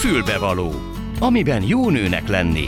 Fülbevaló, amiben jó nőnek lenni.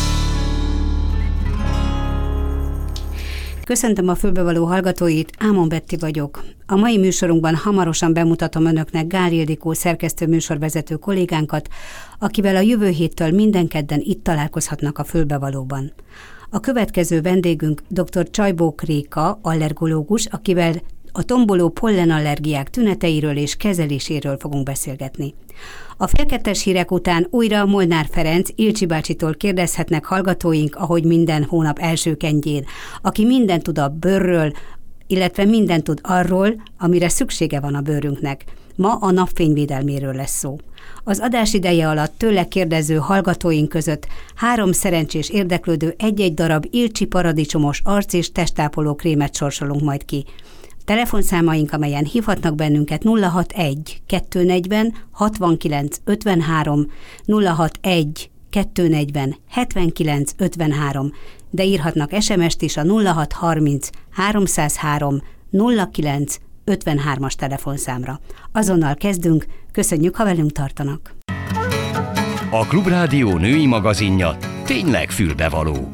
Köszöntöm a Fülbevaló hallgatóit, Ámon Betti vagyok. A mai műsorunkban hamarosan bemutatom önöknek Gál Ildikó szerkesztő műsorvezető kollégánkat, akivel a jövő héttől minden kedden itt találkozhatnak a Fülbevalóban. A következő vendégünk dr. Csajbók Réka, allergológus, akivel a tomboló pollenallergiák tüneteiről és kezeléséről fogunk beszélgetni. A fél kettes hírek után újra Molnár Ferenc, Ilcsi bácsitól kérdezhetnek hallgatóink, ahogy minden hónap első kedjén, aki mindent tud a bőrről, illetve mindent tud arról, amire szüksége van a bőrünknek. Ma a napfényvédelméről lesz szó. Az adás ideje alatt tőle kérdező hallgatóink között 3 szerencsés érdeklődő egy-egy darab Ilcsi paradicsomos arc- és testápoló krémet sorsolunk majd ki. Telefonszámaink, amelyen hívhatnak bennünket 061 240 69 53, 061 240 79 53, de írhatnak SMS-t is a 0630 303 09 53-as telefonszámra. Azonnal kezdünk, köszönjük, ha velünk tartanak. A Klubrádió női magazinja tényleg fülbevaló.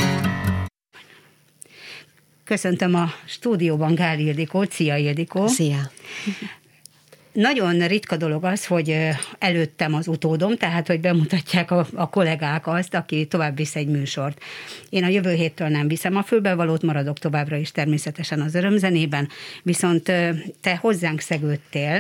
Köszöntöm a stúdióban Gál Ildikót. Szia, Ildikó! Szia! Nagyon ritka dolog az, hogy előttem az utódom, tehát hogy bemutatják a kollégák azt, aki tovább visz egy műsort. Én a jövő héttől nem viszem a Fülbevalót, maradok továbbra is természetesen az örömzenében, viszont te hozzánk szegődtél,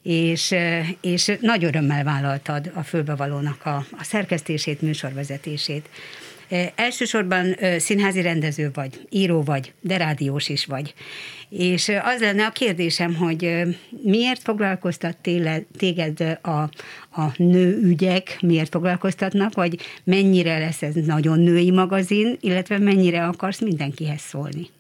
és nagy örömmel vállaltad a Fülbevalónak a szerkesztését, műsorvezetését. Elsősorban színházi rendező vagy, író vagy, de rádiós is vagy. És az lenne a kérdésem, hogy miért foglalkoztat téged a nőügyek, miért foglalkoztatnak, vagy mennyire lesz ez nagyon női magazin, illetve mennyire akarsz mindenkihez szólni?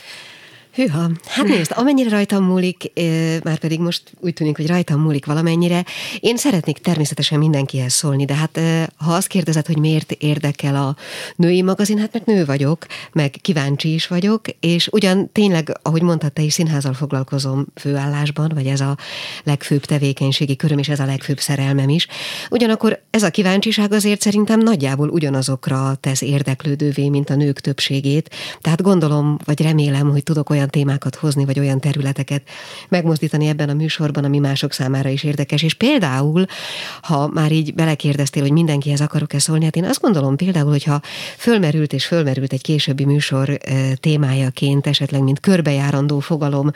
Hűha, hát nézd, amennyire rajtam múlik, már pedig most úgy tűnik, hogy rajtam múlik valamennyire, én szeretnék természetesen mindenkihez szólni, de hát ha azt kérdezed, hogy miért érdekel a női magazin, hát mert nő vagyok, meg kíváncsi is vagyok, és ugyan tényleg, ahogy mondtad te is, színházzal foglalkozom főállásban, vagy ez a legfőbb tevékenységi köröm, és ez a legfőbb szerelmem is. Ugyanakkor ez a kíváncsiság azért szerintem nagyjából ugyanazokra tesz érdeklődővé, mint a nők többségét, tehát gondolom, vagy remélem, hogy tudok olyan témákat hozni, vagy olyan területeket megmozdítani ebben a műsorban, ami mások számára is érdekes. És például, ha már így belekérdeztél, hogy mindenkihez akarok-e szólni, hát én azt gondolom például, hogyha fölmerült egy későbbi műsor témájaként, esetleg mint körbejárandó fogalom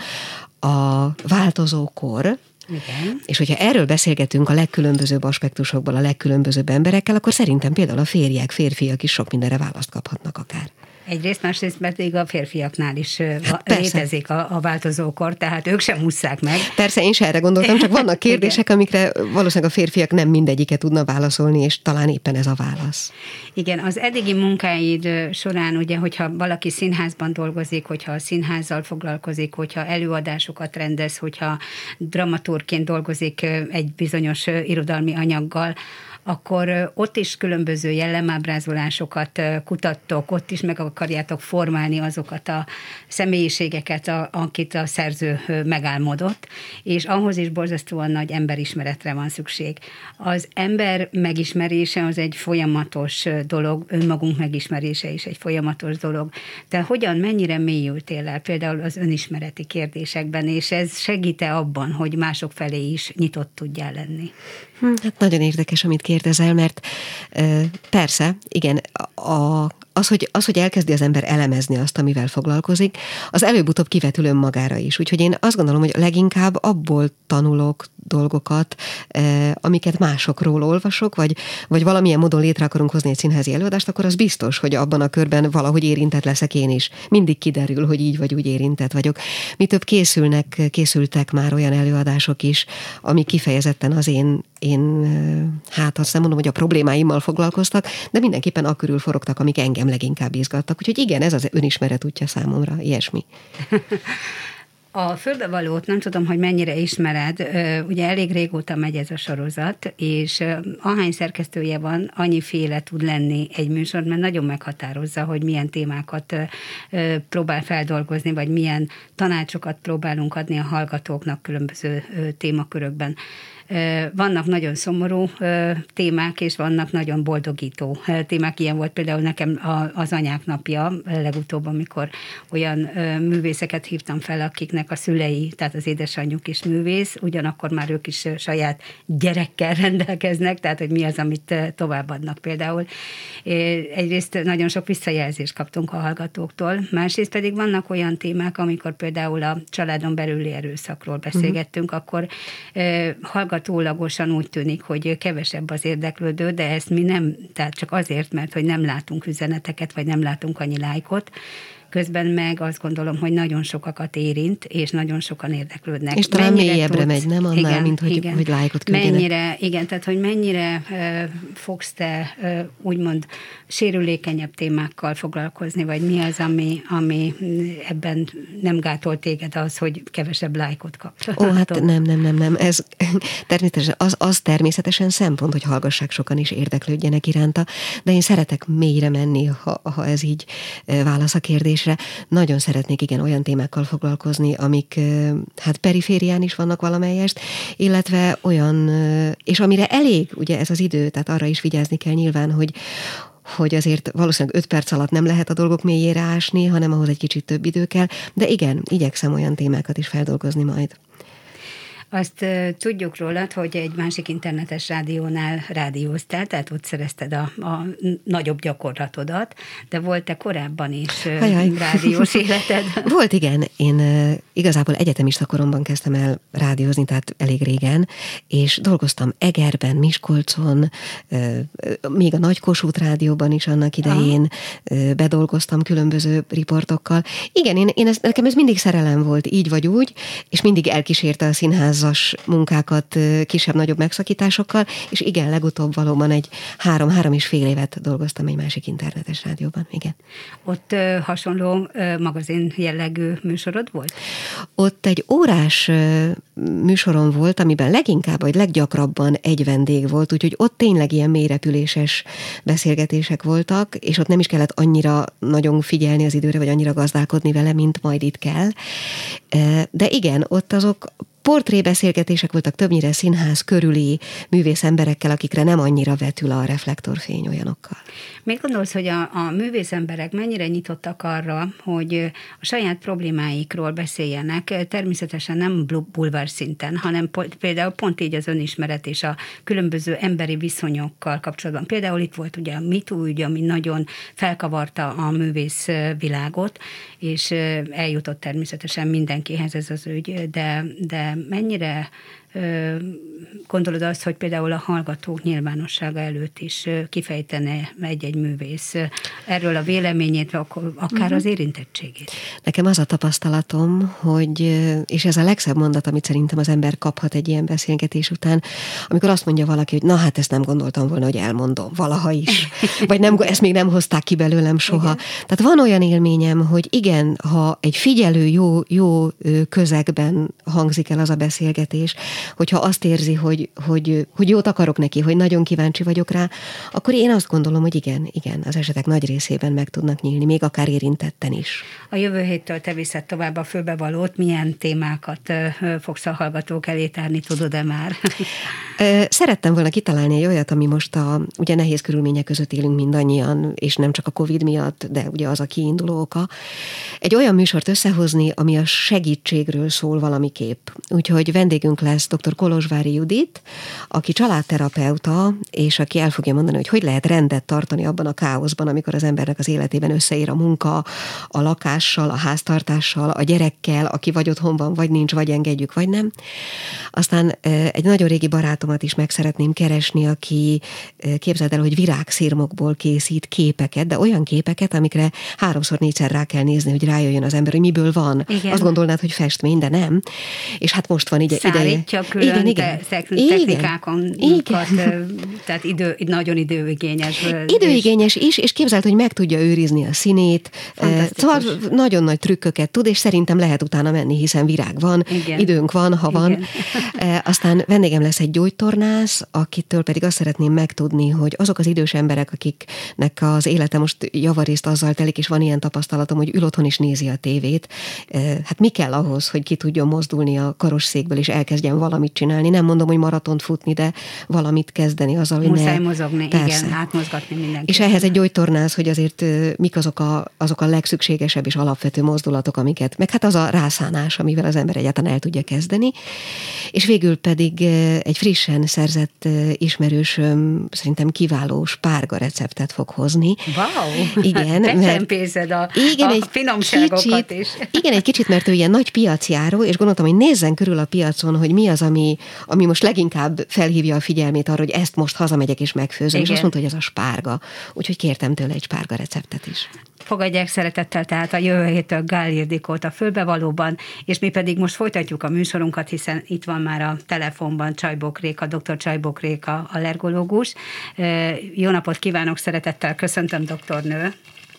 a változókor, igen. És hogyha erről beszélgetünk a legkülönbözőbb aspektusokból, a legkülönbözőbb emberekkel, akkor szerintem például a férfiak is sok mindenre választ kaphatnak akár. Egyrészt, másrészt pedig a férfiaknál is létezik a változókor, tehát ők sem ússzák meg. Persze, én is erre gondoltam, csak vannak kérdések, amikre valószínűleg a férfiak nem mindegyiket tudna válaszolni, és talán éppen ez a válasz. Igen, az eddigi munkáid során, ugye, hogyha valaki színházban dolgozik, hogyha a színházzal foglalkozik, hogyha előadásokat rendez, hogyha dramaturgként dolgozik egy bizonyos irodalmi anyaggal, akkor ott is különböző jellemábrázolásokat kutattok, ott is meg akarjátok formálni azokat a személyiségeket, akit a szerző megálmodott, és ahhoz is borzasztóan nagy emberismeretre van szükség. Az ember megismerése az egy folyamatos dolog, önmagunk megismerése is egy folyamatos dolog. De mennyire mélyültél el például az önismereti kérdésekben, és ez segít-e abban, hogy mások felé is nyitott tudjál lenni? Hát nagyon érdekes, amit kérdezel, mert persze, igen, az, hogy elkezdi az ember elemezni azt, amivel foglalkozik, az előbb-utóbb kivetül önmagára is. Úgyhogy én azt gondolom, hogy leginkább abból tanulok dolgokat, amiket másokról olvasok, vagy valamilyen módon létre akarunk hozni egy színházi előadást, akkor az biztos, hogy abban a körben valahogy érintett leszek én is. Mindig kiderül, hogy így vagy úgy érintett vagyok. Mi több készültek már olyan előadások is, ami kifejezetten az hát azt nem mondom, hogy a problémáimmal foglalkoztak, de mindenképpen akörül forogtak, amik engem leginkább izgattak. Úgyhogy igen, ez az önismeret útja számomra, ilyesmi. A fülbevalót nem tudom, hogy mennyire ismered, ugye elég régóta megy ez a sorozat, és ahány szerkesztője van, annyiféle tud lenni egy műsor, mert nagyon meghatározza, hogy milyen témákat próbál feldolgozni, vagy milyen tanácsokat próbálunk adni a hallgatóknak különböző témakörökben. Vannak nagyon szomorú témák, és vannak nagyon boldogító témák. Ilyen volt például nekem az anyák napja legutóbb, amikor olyan művészeket hívtam fel, akiknek a szülei, tehát az édesanyjuk is művész, ugyanakkor már ők is saját gyerekkel rendelkeznek, tehát hogy mi az, amit továbbadnak például. Egyrészt nagyon sok visszajelzést kaptunk a hallgatóktól, másrészt pedig vannak olyan témák, amikor például a családon belüli erőszakról beszélgettünk, akkor hallgatólagosan úgy tűnik, hogy kevesebb az érdeklődő, de ezt mi nem, tehát csak azért, mert hogy nem látunk üzeneteket, vagy nem látunk annyi lájkot, közben meg azt gondolom, hogy nagyon sokakat érint, és nagyon sokan érdeklődnek. És talán mélyebbre megy, nem annál, igen, mint hogy lájkot küldjenek. Igen, tehát hogy mennyire fogsz te úgymond sérülékenyebb témákkal foglalkozni, vagy mi az, ami ebben nem gátol téged az, hogy kevesebb lájkot kapsz? Hát nem. Ez természetesen, az természetesen szempont, hogy hallgassák sokan is érdeklődjenek iránta, de én szeretek mélyre menni, ha ez így válasz a kérdés. Nagyon szeretnék igen olyan témákkal foglalkozni, amik hát periférián is vannak valamelyest, illetve olyan, és amire elég ugye ez az idő, tehát arra is vigyázni kell nyilván, hogy azért valószínűleg 5 perc alatt nem lehet a dolgok mélyére ásni, hanem ahhoz egy kicsit több idő kell, de igen, igyekszem olyan témákat is feldolgozni majd. Azt tudjuk rólad, hogy egy másik internetes rádiónál rádióztál, tehát ott szerezted a nagyobb gyakorlatodat, de volt-e korábban is rádiós életed? Volt, igen. Én igazából egyetemista koromban kezdtem el rádiózni, tehát elég régen, és dolgoztam Egerben, Miskolcon, még a Nagy Kossuth rádióban is annak idején bedolgoztam különböző riportokkal. Igen, nekem ez mindig szerelem volt, így vagy úgy, és mindig elkísérte a színház munkákat kisebb-nagyobb megszakításokkal, és igen, legutóbb valóban egy 3,5 évet dolgoztam egy másik internetes rádióban, igen. Ott hasonló magazin jellegű műsorod volt? Ott egy órás műsorom volt, amiben leginkább, vagy leggyakrabban egy vendég volt, úgyhogy ott tényleg ilyen mélyrepüléses beszélgetések voltak, és ott nem is kellett annyira nagyon figyelni az időre, vagy annyira gazdálkodni vele, mint majd itt kell. De igen, ott azok portrébeszélgetések voltak, többnyire színház körüli művész emberekkel, akikre nem annyira vetül a reflektorfény, olyanokkal. Mit gondolsz, hogy a művész emberek mennyire nyitottak arra, hogy a saját problémáikról beszéljenek, természetesen nem bulvár szinten, hanem például pont így az önismeret és a különböző emberi viszonyokkal kapcsolatban. Például itt volt ugye a MeToo ügy, ami nagyon felkavarta a művész világot, és eljutott természetesen mindenkihez ez az ügy, de mennyire gondolod azt, hogy például a hallgatók nyilvánossága előtt is kifejtene egy művész erről a véleményét, akár az érintettségét? Nekem az a tapasztalatom, hogy, és ez a legszebb mondat, amit szerintem az ember kaphat egy ilyen beszélgetés után, amikor azt mondja valaki, hogy na hát ezt nem gondoltam volna, hogy elmondom, valaha is. Vagy nem, ezt még nem hozták ki belőlem soha. Igen. Tehát van olyan élményem, hogy igen, ha egy figyelő jó közegben hangzik el az a beszélgetés, hogyha azt érzi, hogy jót akarok neki, hogy nagyon kíváncsi vagyok rá, akkor én azt gondolom, hogy igen, az esetek nagy részében meg tudnak nyílni, még akár érintetten is. A jövő héttől te viszed tovább a fülbevalót, milyen témákat fogsz a hallgatók elé tárni, tudod-e már? Szerettem volna kitalálni egy olyat, ami most ugye nehéz körülmények között élünk mindannyian, és nem csak a Covid miatt, de ugye az a kiinduló oka. Egy olyan műsort összehozni, ami a segítségről szól valamiképp. Úgyhogy vendégünk lesz dr. Kolozsvári Judit, aki családterapeuta, és aki el fogja mondani, hogy lehet rendet tartani abban a káoszban, amikor az embernek az életében összeér a munka, a lakással, a háztartással, a gyerekkel, aki vagy otthon van, vagy nincs, vagy engedjük, vagy nem. Aztán egy nagyon régi barátomat is meg szeretném keresni, aki képzeld el, hogy virágszirmokból készít képeket, de olyan képeket, amikre 3-4-szer rá kell nézni, hogy rájöjjön az ember, hogy miből van. Igen. Azt gondolnád, hogy festmény, de nem. És hát most van ideje. a külön technikákon, tehát nagyon időigényes. Időigényes is, és képzeld, hogy meg tudja őrizni a színét. Szóval nagyon nagy trükköket tud, és szerintem lehet utána menni, hiszen virág van, igen. Időnk van, ha van. Aztán vendégem lesz egy gyógytornász, akitől pedig azt szeretném megtudni, hogy azok az idős emberek, akiknek az élete most javarészt azzal telik, és van ilyen tapasztalatom, hogy ül otthon is nézi a tévét, hát mi kell ahhoz, hogy ki tudjon mozdulni a karosszékből, és elkezdjen valamit csinálni. Nem mondom, hogy maratont futni, de valamit kezdeni azzal, hogy muszáj mozogni, persze. Igen, átmozgatni mindenkit. És ehhez egy gyógytornász, hogy azért mik azok a legszükségesebb és alapvető mozdulatok, amiket, meg hát az a rászánás, amivel az ember egyáltalán el tudja kezdeni. És végül pedig egy frissen szerzett ismerősöm szerintem kiváló spárga receptet fog hozni. Wow! Igen, becsempészed a finomságokat is. Igen, egy kicsit, mert ő ilyen nagy piacjáró, és gondoltam, hogy nézzen körül a piacon, hogy mi az, ami most leginkább felhívja a figyelmét arra, hogy ezt most hazamegyek és megfőzöm, igen. És azt mondta, hogy ez a spárga. Úgyhogy kértem tőle egy spárga receptet is. Fogadják szeretettel tehát a jövő héttől Gál Ildikót a Fülbevalóban, és mi pedig most folytatjuk a műsorunkat, hiszen itt van már a telefonban Csajbok Réka, dr. Csajbok Réka allergológus. Jó napot kívánok, szeretettel köszöntöm, doktornő.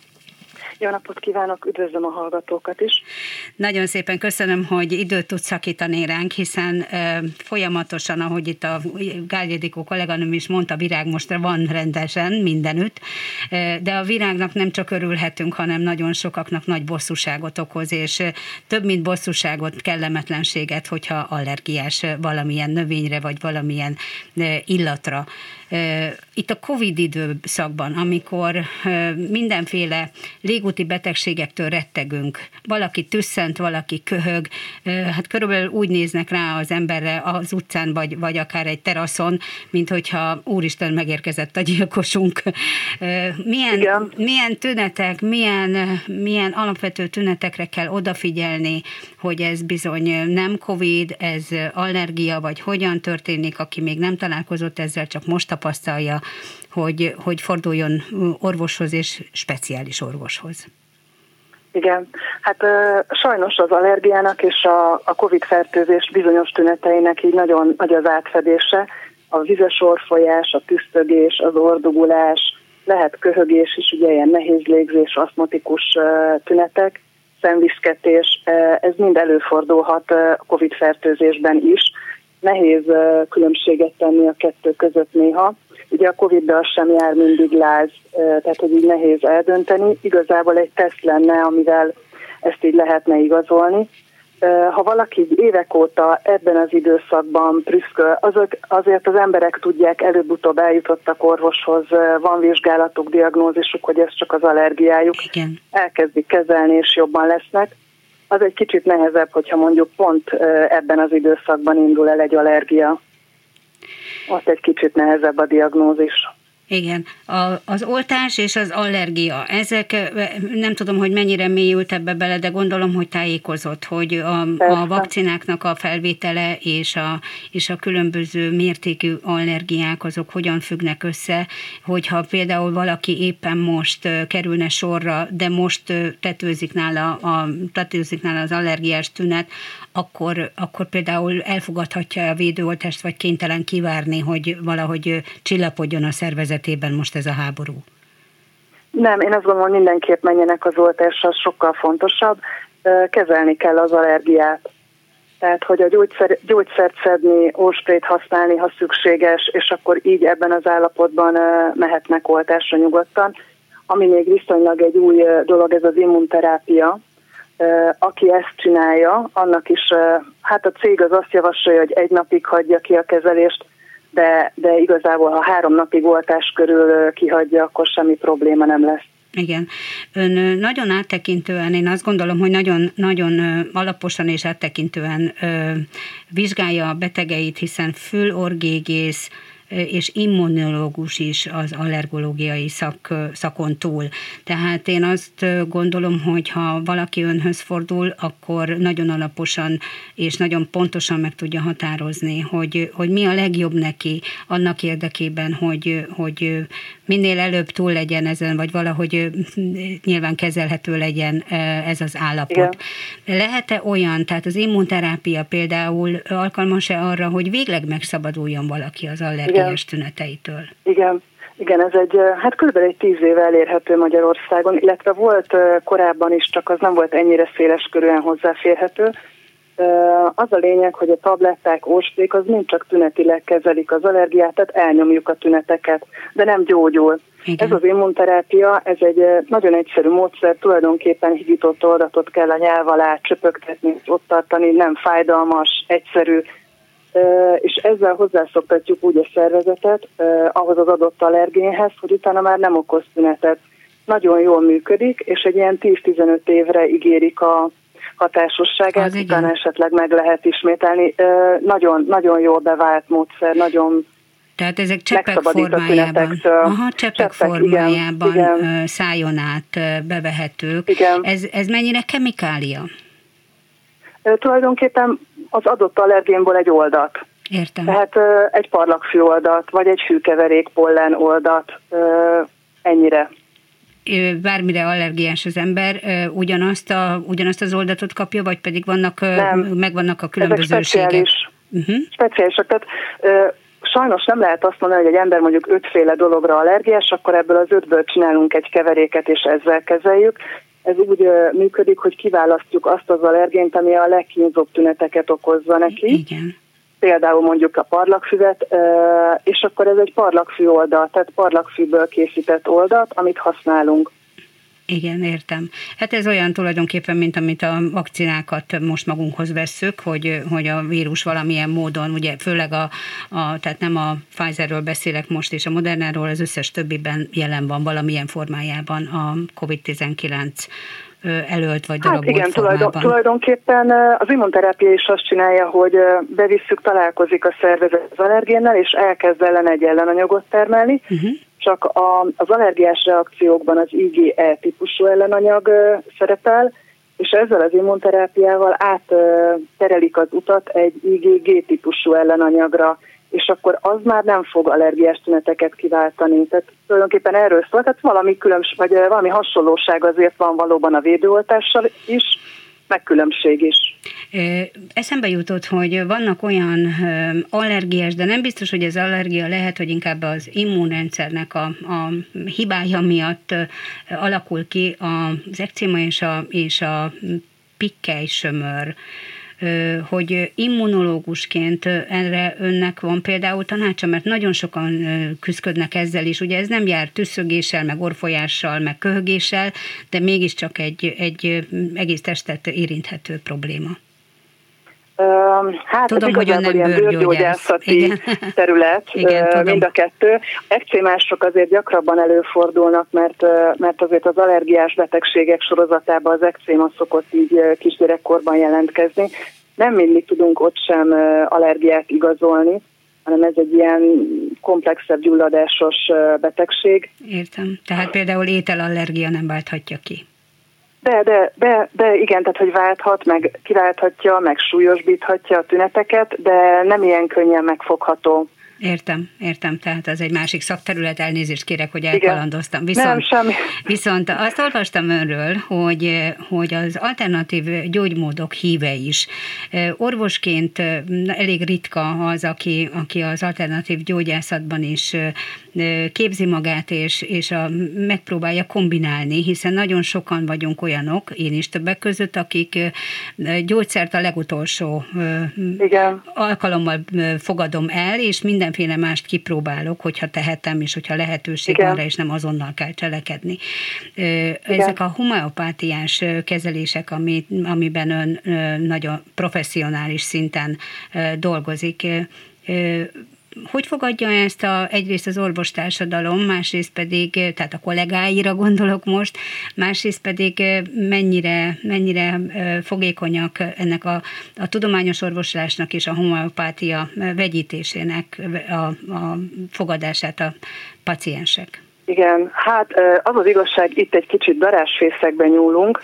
Jó napot kívánok, üdvözlöm a hallgatókat is. Nagyon szépen köszönöm, hogy időt tudsz szakítani ránk, hiszen folyamatosan, ahogy itt a Gál Ildikó kolléganőm is mondta, virág most van rendesen mindenütt, de a virágnak nem csak örülhetünk, hanem nagyon sokaknak nagy bosszúságot okoz, és több mint bosszúságot, kellemetlenséget, hogyha allergiás valamilyen növényre, vagy valamilyen illatra. Itt a Covid időszakban, amikor mindenféle légúti betegségektől rettegünk, valaki tüsszent, valaki köhög, hát körülbelül úgy néznek rá az emberre az utcán, vagy akár egy teraszon, mint hogyha úristen megérkezett a gyilkosunk. Milyen tünetek, milyen alapvető tünetekre kell odafigyelni, hogy ez bizony nem Covid, ez allergia, vagy hogyan történik, aki még nem találkozott ezzel, csak most tapasztalja, hogy forduljon orvoshoz és speciális orvoshoz. Igen, hát sajnos az allergiának és a COVID-fertőzés bizonyos tüneteinek így nagyon nagy az átfedése. A vizes orrfolyás, a tüsztögés, az orrdugulás, lehet köhögés is, ugye ilyen nehéz légzés, asztmatikus tünetek, szemviszketés, ez mind előfordulhat a COVID-fertőzésben is. Nehéz különbséget tenni a kettő között néha. Ugye a Covid-dal sem jár mindig láz, tehát hogy így nehéz eldönteni. Igazából egy teszt lenne, amivel ezt így lehetne igazolni. Ha valaki évek óta ebben az időszakban prüszköl, azért az emberek tudják, előbb-utóbb eljutottak orvoshoz, van vizsgálatuk, diagnózisuk, hogy ez csak az allergiájuk. Igen. Elkezdik kezelni, és jobban lesznek. Az egy kicsit nehezebb, hogyha mondjuk pont ebben az időszakban indul el egy allergia. Ott egy kicsit nehezebb a diagnózis. Igen, az oltás és az allergia, ezek nem tudom, hogy mennyire mélyült ebbe bele, de gondolom, hogy tájékozott, hogy a vakcináknak a felvétele és a különböző mértékű allergiák, azok hogyan függnek össze, hogyha például valaki éppen most kerülne sorra, de most tetőzik nála az allergiás tünet, akkor például elfogadhatja a védőoltást, vagy kénytelen kivárni, hogy valahogy csillapodjon a szervezetében most ez a háború? Nem, én azt gondolom, hogy mindenképp menjenek az oltásra, az sokkal fontosabb. Kezelni kell az allergiát. Tehát, hogy a gyógyszert szedni, orrsprayt használni, ha szükséges, és akkor így ebben az állapotban mehetnek oltásra nyugodtan. Ami még viszonylag egy új dolog, ez az immunterápia. Aki ezt csinálja, annak is, hát a cég az azt javasolja, hogy 1 napig hagyja ki a kezelést, de igazából, ha 3 napig oltás körül kihagyja, akkor semmi probléma nem lesz. Igen. Ön nagyon áttekintően, én azt gondolom, hogy nagyon, nagyon alaposan és áttekintően vizsgálja a betegeit, hiszen fül-orr-gégész, és immunológus is az allergológiai szakon túl. Tehát én azt gondolom, hogy ha valaki önhöz fordul, akkor nagyon alaposan és nagyon pontosan meg tudja határozni, hogy mi a legjobb neki annak érdekében, hogy minél előbb túl legyen ezen, vagy valahogy nyilván kezelhető legyen ez az állapot. Igen. Lehet-e olyan, tehát az immunterápia például alkalmas-e arra, hogy végleg megszabaduljon valaki az allergiás tüneteitől? Igen, ez hát körülbelül egy 10 éve elérhető Magyarországon, illetve volt korábban is, csak az nem volt ennyire széleskörűen hozzáférhető. Az a lényeg, hogy a tabletták, ósprék, az mind csak tünetileg kezelik az allergiát, tehát elnyomjuk a tüneteket, de nem gyógyul. Igen. Ez az immunterápia, ez egy nagyon egyszerű módszer, tulajdonképpen higított oldatot kell a nyelv alá csöpögtetni, ott tartani, nem fájdalmas, egyszerű, és ezzel hozzászoktatjuk úgy a szervezetet ahhoz az adott allergénhez, hogy utána már nem okoz tünetet. Nagyon jól működik, és egy ilyen 10-15 évre ígérik a hatásosságát, utána esetleg meg lehet ismételni. Nagyon, nagyon jól bevált módszer, nagyon. Tehát ezek cseppek formájában. Cseppek formájában igen. Szájon át bevehetők. Igen. Ez mennyire kemikália? Tulajdonképpen az adott allergénból egy oldat. Értem. Tehát egy parlagfű oldat, vagy egy fűkeverék pollen oldat, ennyire. Bármire allergiás az ember, ugyanazt az oldatot kapja, vagy pedig megvannak a különbözőségek? Speciálisak. Tehát sajnos nem lehet azt mondani, hogy egy ember mondjuk 5 féle dologra allergiás, akkor ebből az 5-ből csinálunk egy keveréket, és ezzel kezeljük. Ez úgy működik, hogy kiválasztjuk azt az allergént, ami a legkínzóbb tüneteket okozza neki. Igen. Például mondjuk a parlagfüvet, és akkor ez egy parlagfű oldat, tehát parlagfűből készített oldat, amit használunk. Igen, értem. Hát ez olyan tulajdonképpen, mint amit a vakcinákat most magunkhoz vesszük, hogy a vírus valamilyen módon, ugye főleg tehát nem a Pfizerről beszélek most, és a Modernáról, az összes többiben jelen van valamilyen formájában a COVID-19 elölt vagy darabolt igen, formában. Tulajdonképpen az immunterápia is azt csinálja, hogy bevisszük, találkozik a szervezet az allergénnel, és elkezd ellen egy ellenanyagot termelni, csak az allergiás reakciókban az IgE típusú ellenanyag szerepel, és ezzel az immunterápiával átterelik az utat egy IgG típusú ellenanyagra, és akkor az már nem fog allergiás tüneteket kiváltani. Tehát tulajdonképpen erről szól, tehát valami hasonlóság azért van valóban a védőoltással is, meg különbség is. Eszembe jutott, hogy vannak olyan allergiás, de nem biztos, hogy ez allergia, lehet, hogy inkább az immunrendszernek a hibája miatt alakul ki az ekcéma és a pikkely-sömör, hogy immunológusként erre önnek van például tanácsa, mert nagyon sokan küzdködnek ezzel is. Ugye ez nem jár tüsszögéssel, meg orrfolyással, meg köhögéssel, de mégiscsak egy egész testet érinthető probléma. Hát tudom, hogy ilyen bőrgyógyászati terület, igen, mind a kettő. Ekcémások azért gyakrabban előfordulnak, mert azért az allergiás betegségek sorozatában az ekcéma szokott így kisgyerekkorban jelentkezni. Nem mindig tudunk ott sem allergiát igazolni, hanem ez egy ilyen komplexebb gyulladásos betegség. Értem. Tehát például ételallergia nem válthatja ki. De igen, tehát hogy válthat, meg kiválthatja, meg súlyosbíthatja a tüneteket, de nem ilyen könnyen megfogható. Értem, tehát az egy másik szakterület, elnézést kérek, hogy elkalandoztam. Viszont azt olvastam önről, hogy az alternatív gyógymódok híve is. Orvosként elég ritka az, aki az alternatív gyógyászatban is képzi magát, és megpróbálja kombinálni, hiszen nagyon sokan vagyunk olyanok, én is többek között, akik gyógyszert a legutolsó alkalommal fogadom el, és mindenféle mást kipróbálok, hogyha tehetem, és hogyha lehetőség van rá, és nem azonnal kell cselekedni. Ezek a homeopátiás kezelések, amiben ön nagyon professzionális szinten dolgozik, hogy fogadja ezt egyrészt az orvostársadalom, másrészt pedig, tehát a kollégáira gondolok most, másrészt pedig mennyire fogékonyak ennek a tudományos orvoslásnak és a homeopátia vegyítésének a fogadását a paciensek? Igen, hát az az igazság, itt egy kicsit darázsfészekben nyúlunk,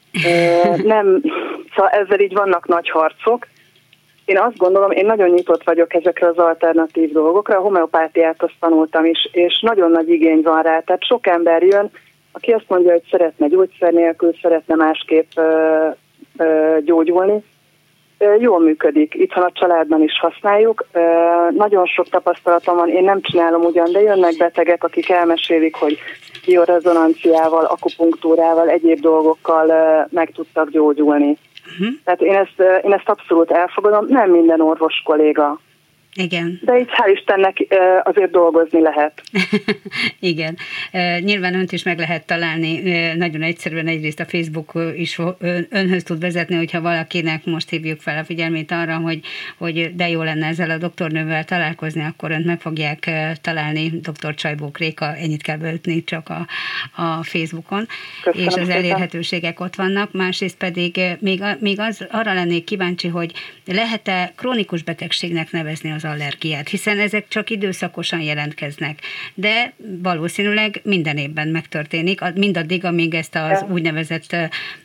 szóval ezzel így vannak nagy harcok. Én azt gondolom, én nagyon nyitott vagyok ezekre az alternatív dolgokra, a homeopátiát azt tanultam is, és nagyon nagy igény van rá, tehát sok ember jön, aki azt mondja, hogy szeretne gyógyszer nélkül, szeretne másképp gyógyulni. Jól működik, itthon a családban is használjuk. Nagyon sok tapasztalatom van, én nem csinálom ugyan, de jönnek betegek, akik elmesélik, hogy biorezonanciával, akupunktúrával, egyéb dolgokkal meg tudtak gyógyulni. Tehát én ezt abszolút elfogadom, nem minden orvos kolléga. Igen. De így hál' Istennek azért dolgozni lehet. Igen. Nyilván önt is meg lehet találni. Nagyon egyszerűen egyrészt a Facebook is önhöz tud vezetni, hogyha valakinek most hívjuk fel a figyelmét arra, hogy de jó lenne ezzel a doktornővel találkozni, akkor önt meg fogják találni, dr. Csajbók Réka, ennyit kell beütni csak a Facebookon. Köszönöm és az szépen. elérhetőségek ott vannak. Másrészt pedig még arra lennék kíváncsi, hogy lehet-e krónikus betegségnek nevezni az allergiát, hiszen ezek csak időszakosan jelentkeznek, de valószínűleg minden évben megtörténik, mindaddig, amíg ezt az úgynevezett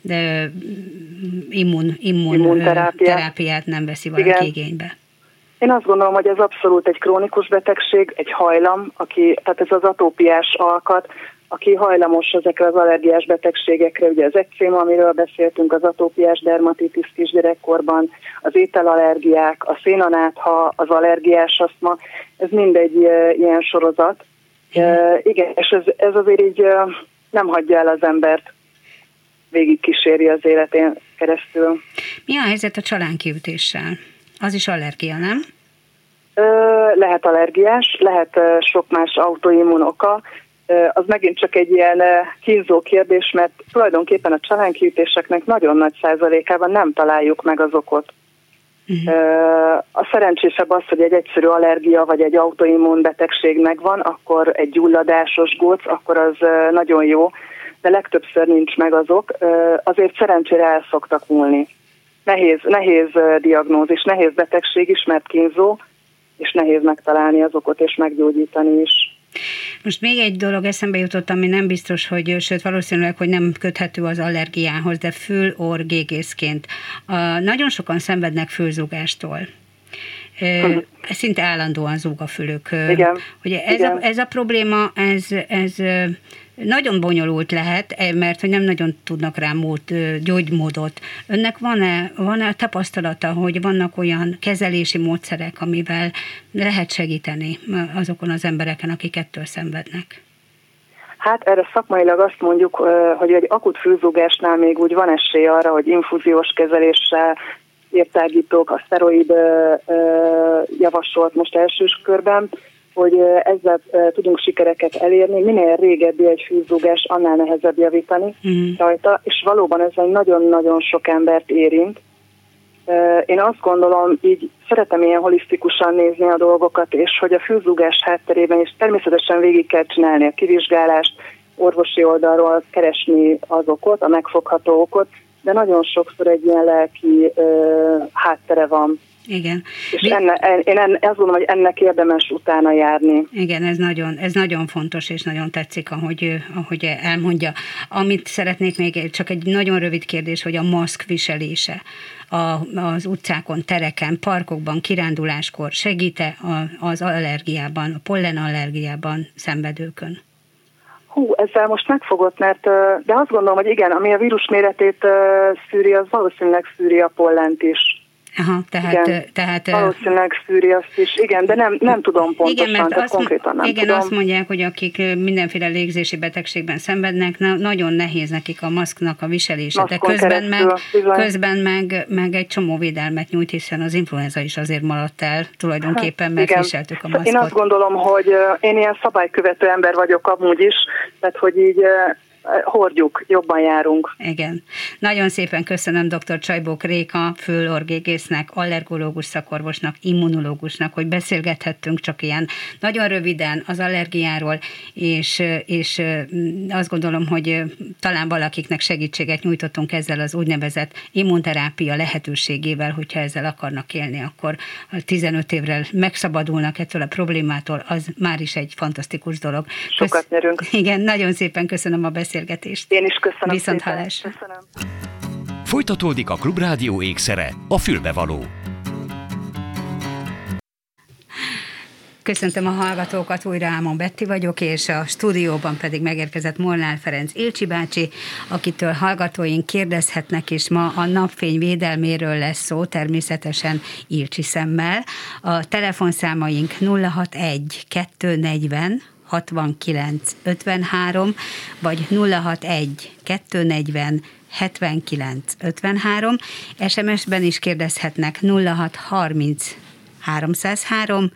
immunterápiát nem veszi valaki igénybe. Én azt gondolom, hogy ez abszolút egy krónikus betegség, egy hajlam, tehát ez az atópiás alkat, aki hajlamos ezekre az allergiás betegségekre, ugye az ekcéma, amiről beszéltünk, az atópiás dermatitis kisgyerekkorban, az ételallergiák, a szénanátha, az allergiás asztma, ez mindegy ilyen sorozat. Igen, és ez azért így nem hagyja el az embert, végig kíséri az életén keresztül. Mi a helyzet a csalánkiütéssel? Az is allergia, nem? Lehet allergiás, lehet sok más autoimmun oka. Az megint csak egy ilyen kínzó kérdés, mert tulajdonképpen a csalánkiütéseknek nagyon nagy százalékában nem találjuk meg az okot. A szerencsésebb az, hogy egy egyszerű allergia vagy egy autoimmun betegség megvan, akkor egy gyulladásos góc, akkor az nagyon jó, de legtöbbször nincs meg az ok, azért szerencsére el szoktak múlni. Nehéz diagnózis, nehéz betegség is, mert kínzó, és nehéz megtalálni az okot és meggyógyítani is. Most még egy dolog eszembe jutott, ami nem biztos, sőt valószínűleg, hogy nem köthető az allergiához, de fül-orr-gégészként. Nagyon sokan szenvednek fülzúgástól. Szinte állandóan zúg a fülük. Igen. Ugye ez a probléma, ez nagyon bonyolult lehet, mert hogy nem nagyon tudnak rá gyógymódot. Önnek van-e tapasztalata, hogy vannak olyan kezelési módszerek, amivel lehet segíteni azokon az embereken, akik ettől szenvednek? Hát erre szakmailag azt mondjuk, hogy egy akut fülzúgásnál még úgy van esély arra, hogy infúziós kezeléssel, értágítók, a szteroid javasolt most elsős körben, hogy ezzel tudunk sikereket elérni. Minél régebbi egy fülzúgás, annál nehezebb javítani rajta, és valóban ez egy nagyon-nagyon sok embert érint. Én azt gondolom, így szeretem ilyen holisztikusan nézni a dolgokat, és hogy a fülzúgás hátterében is természetesen végig kell csinálni a kivizsgálást, orvosi oldalról keresni az okot, a megfogható okot, de nagyon sokszor egy ilyen lelki háttere van. Igen. És én azt gondolom, hogy ennek érdemes utána járni. Igen, ez nagyon fontos, és nagyon tetszik, ahogy elmondja. Amit szeretnék még, csak egy nagyon rövid kérdés, hogy a maszk viselése az utcákon, tereken, parkokban, kiránduláskor segít-e az allergiában, a pollenallergiában szenvedőkön? Ezzel most megfogott, de azt gondolom, hogy igen, ami a vírus méretét szűri, az valószínűleg szűri a pollent is. Aha, tehát valószínűleg szűri azt is, igen, de nem tudom pontosan, igen, tehát konkrétan nem tudom. Azt mondják, hogy akik mindenféle légzési betegségben szenvednek, nagyon nehéz nekik a maszknak a viselése, de közben meg egy csomó védelmet nyújt, hiszen az influenza is azért maradt el tulajdonképpen, mert viseltük a maszkot. Én azt gondolom, hogy én ilyen szabálykövető ember vagyok amúgy is, tehát hogy így hordjuk, jobban járunk. Igen. Nagyon szépen köszönöm dr. Csajbók Réka főorgégésznek, allergológus szakorvosnak, immunológusnak, hogy beszélgethettünk csak ilyen nagyon röviden az allergiáról, és azt gondolom, hogy talán valakiknek segítséget nyújtottunk ezzel az úgynevezett immunterápia lehetőségével, hogyha ezzel akarnak élni, akkor 15 évre megszabadulnak ettől a problémától, az már is egy fantasztikus dolog. Sokat nyerünk. Igen, nagyon szépen köszönöm a beszélgetést. Én is köszönöm. Viszont hallásra. Köszönöm. Folytatódik a Klubrádió ékszere, a fülbevaló. Köszöntöm a hallgatókat, újra Ámon Betti vagyok, és a stúdióban pedig megérkezett Molnár Ferenc Ilcsi bácsi, akitől hallgatóink kérdezhetnek, és ma a napfény védelméről lesz szó, természetesen Ilcsi szemmel. A telefonszámaink 061 240 69 53, vagy 061 240 79 53, SMS-ben is kérdezhetnek 0630 303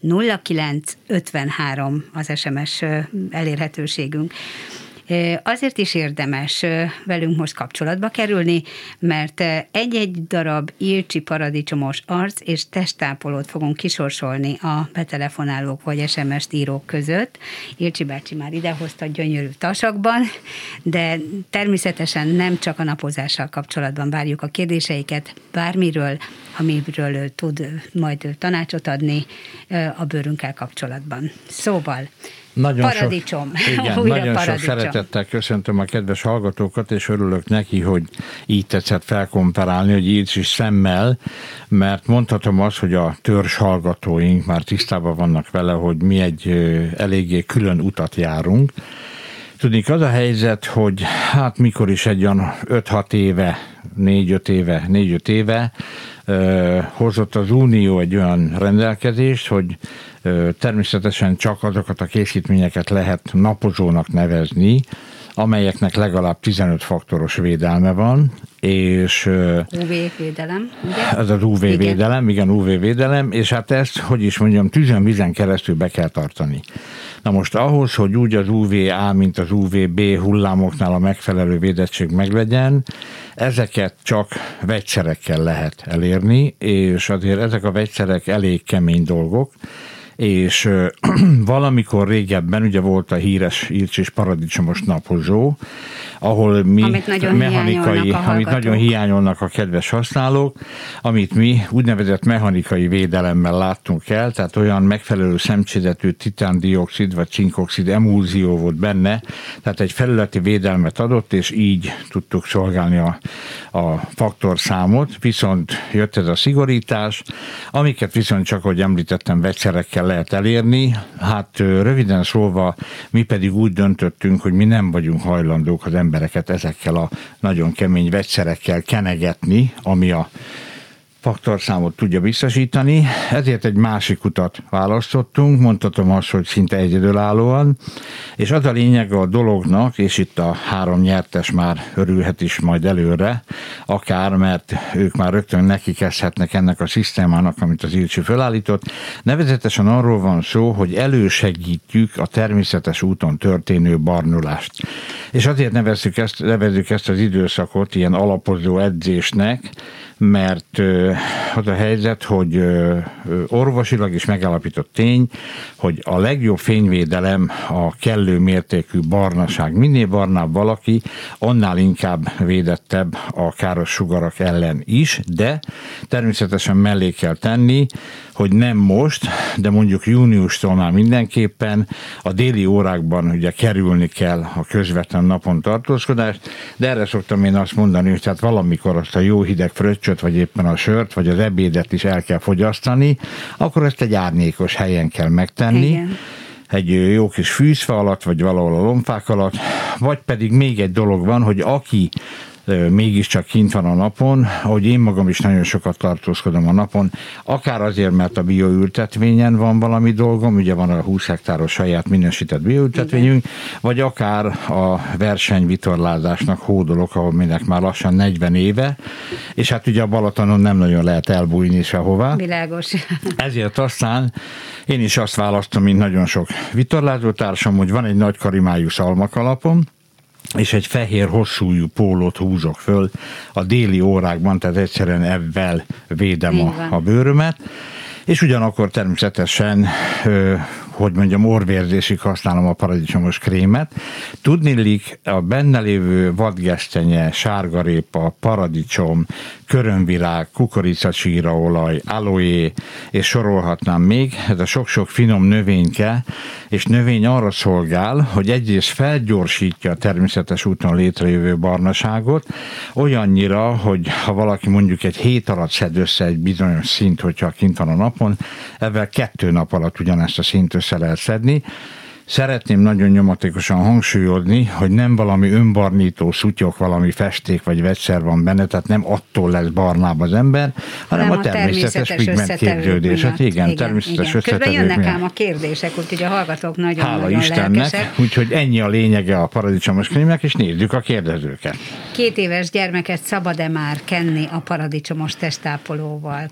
0953 az SMS elérhetőségünk. Azért is érdemes velünk most kapcsolatba kerülni, mert egy-egy darab Ilcsi paradicsomos arc és testtápolót fogunk kisorsolni a betelefonálók vagy SMS-t írók között. Ilcsi bácsi már idehozta gyönyörű tasakban, de természetesen nem csak a napozással kapcsolatban várjuk a kérdéseiket, bármiről, amiről tud majd tanácsot adni a bőrünkkel kapcsolatban. Szóval nagyon paradicsom. Nagyon sok szeretettel köszöntöm a kedves hallgatókat, és örülök neki, hogy így tetszett felkomperálni, hogy így is szemmel, mert mondhatom azt, hogy a törzs hallgatóink már tisztában vannak vele, hogy mi egy eléggé külön utat járunk. Tudnék, az a helyzet, hogy hát mikor is egy olyan 5-6 éve, 4-5 éve hozott az Unió egy olyan rendelkezést, hogy természetesen csak azokat a készítményeket lehet napozónak nevezni, amelyeknek legalább 15 faktoros védelme van, és UV-védelem, ugye? Ez az UV-védelem, igen, UV-védelem, és hát ezt, hogy is mondjam, tűzön, vízen keresztül be kell tartani. Na most ahhoz, hogy úgy az UVA, mint az UVB hullámoknál a megfelelő védettség meglegyen, ezeket csak vegyszerekkel lehet elérni, és azért ezek a vegyszerek elég kemény dolgok, és valamikor régebben ugye volt a híres Ilcsis paradicsomos napozó, ahol mi amit nagyon hiányolnak a kedves használók, amit mi úgynevezett mechanikai védelemmel láttunk el, tehát olyan megfelelő szemcsézetű titándioxid vagy cinkoxid emulzió volt benne, tehát egy felületi védelmet adott, és így tudtuk szolgálni a faktorszámot, viszont jött ez a szigorítás, amiket viszont csak, ahogy említettem, vegyszerekkel lehet elérni. Hát röviden szólva, mi pedig úgy döntöttünk, hogy mi nem vagyunk hajlandók az embereket ezekkel a nagyon kemény vegyszerekkel kenegetni, ami a faktorszámot tudja biztosítani, ezért egy másik utat választottunk, mondhatom azt, hogy szinte egyedülállóan, és az a lényeg a dolognak, és itt a 3 nyertes már örülhet is majd előre, akár, mert ők már rögtön nekikezdhetnek ennek a szisztémának, amit az Ilcsi fölállított. Nevezetesen arról van szó, hogy elősegítjük a természetes úton történő barnulást. És azért nevezzük ezt az időszakot ilyen alapozó edzésnek, mert az a helyzet, hogy orvosilag is megállapított tény, hogy a legjobb fényvédelem a kellő mértékű barnaság. Minél barnább valaki, annál inkább védettebb a káros sugarak ellen is, de természetesen mellé kell tenni, hogy nem most, de mondjuk júniustól már mindenképpen a déli órákban ugye kerülni kell a közvetlen napon tartózkodást, de erre szoktam én azt mondani, hogy tehát valamikor azt a jó hideg fröccsöt, vagy éppen a sört, vagy az ebédet is el kell fogyasztani, akkor ezt egy árnyékos helyen kell megtenni. Igen. Egy jó kis fűzfa alatt, vagy valahol a lombfák alatt, vagy pedig még egy dolog van, hogy aki mégiscsak kint van a napon, ahogy én magam is nagyon sokat tartózkodom a napon, akár azért, mert a bioültetvényen van valami dolgom, ugye van a 20 hektáros saját minősített bioültetvényünk, vagy akár a versenyvitorlázásnak hódolok, ahol minek már lassan 40 éve, és hát ugye a Balatonon nem nagyon lehet elbújni sehová. Világos. Ezért aztán én is azt választom, mint nagyon sok vitorlázótársam, hogy van egy nagy karimájú szalmakalapom, és egy fehér hosszújú pólót húzok föl a déli órákban, tehát egyszerűen ebben védem a bőrömet, és ugyanakkor természetesen, orvérzésig használom a paradicsomos krémet. Tudniillik, a benne lévő vadgesztenye, sárgarépa, paradicsom, körömvirág, kukoricacsíraolaj, aloé, és sorolhatnám még, ez a sok-sok finom növényke, és növény arra szolgál, hogy egyrészt felgyorsítja a természetes úton létrejövő barnaságot, olyannyira, hogy ha valaki mondjuk egy hét alatt szed össze egy bizonyos szint, hogyha kint van a napon, ezzel 2 nap alatt ugyanezt a szint össze lehet szedni. Szeretném nagyon nyomatékosan hangsúlyozni, hogy nem valami önbarnító szutyok, valami festék vagy vegyszer van benne, tehát nem attól lesz barnább az ember, hanem a természetes pigmentképződés. Hát igen, természetes összetevők. Közben jönnek ám a kérdések, úgyhogy a hallgatók nagyon Istennek, lelkesek. Úgyhogy ennyi a lényege a paradicsomos krémnek, és nézzük a kérdezőket. 2 éves gyermeket szabad-e már kenni a paradicsomos testápolóval?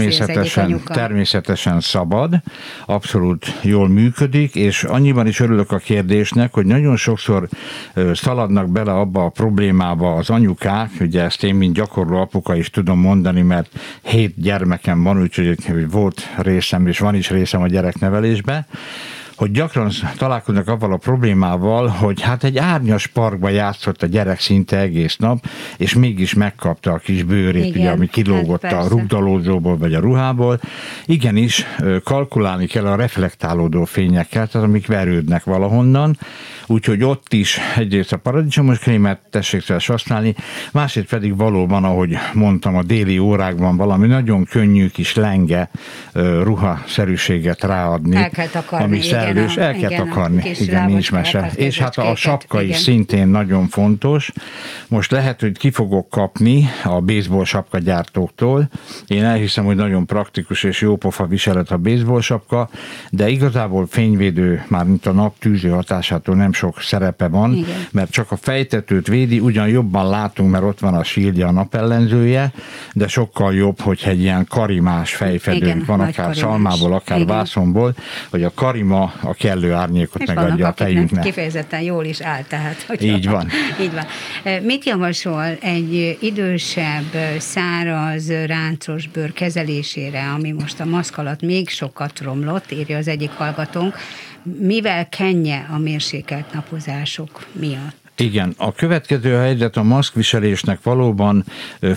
Természetesen szabad, abszolút jól működik, és annyiban is örülök a kérdésnek, hogy nagyon sokszor szaladnak bele abba a problémába az anyukák, ugye ezt én, mint gyakorló apuka is tudom mondani, mert 7 gyermekem van, úgyhogy volt részem, és van is részem a gyereknevelésbe, hogy gyakran találkoznak avval a problémával, hogy hát egy árnyas parkba játszott a gyerek szinte egész nap, és mégis megkapta a kis bőrét, igen, ugye, ami kilógott hát a rugdalózóból vagy a ruhából. Igenis, kalkulálni kell a reflektálódó fényekkel, tehát amik verődnek valahonnan, úgyhogy ott is egyrészt a paradicsomos krémet tessék használni, másrészt pedig valóban, ahogy mondtam, a déli órákban valami nagyon könnyű kis lenge ruhaszerűséget ráadni. El kell takarni, ami szellős, el kell takarni, igen, nincs mese. És hát a sapka is szintén nagyon fontos. Most lehet, hogy ki fogok kapni a baseball sapka gyártóktól. Én elhiszem, hogy nagyon praktikus és jópofa viselet a baseball sapka, de igazából fényvédő, mármint a nap tűző hatásától nem sok szerepe van, igen, mert csak a fejtetőt védi, ugyan jobban látunk, mert ott van a shieldja, a napellenzője, de sokkal jobb, hogyha egy ilyen karimás fejfedőnk van, akár szalmából, akár igen, vászonból, hogy a karima a kellő árnyékot és megadja a fejünknek. Kifejezetten jól is áll, tehát. Így van. Így van. Mit javasol egy idősebb, száraz, ráncos bőr kezelésére, ami most a maszk alatt még sokat romlott, írja az egyik hallgatónk, mivel kenje a mérsékelt napozások miatt? Igen, a következő helyzet a maszkviselésnek valóban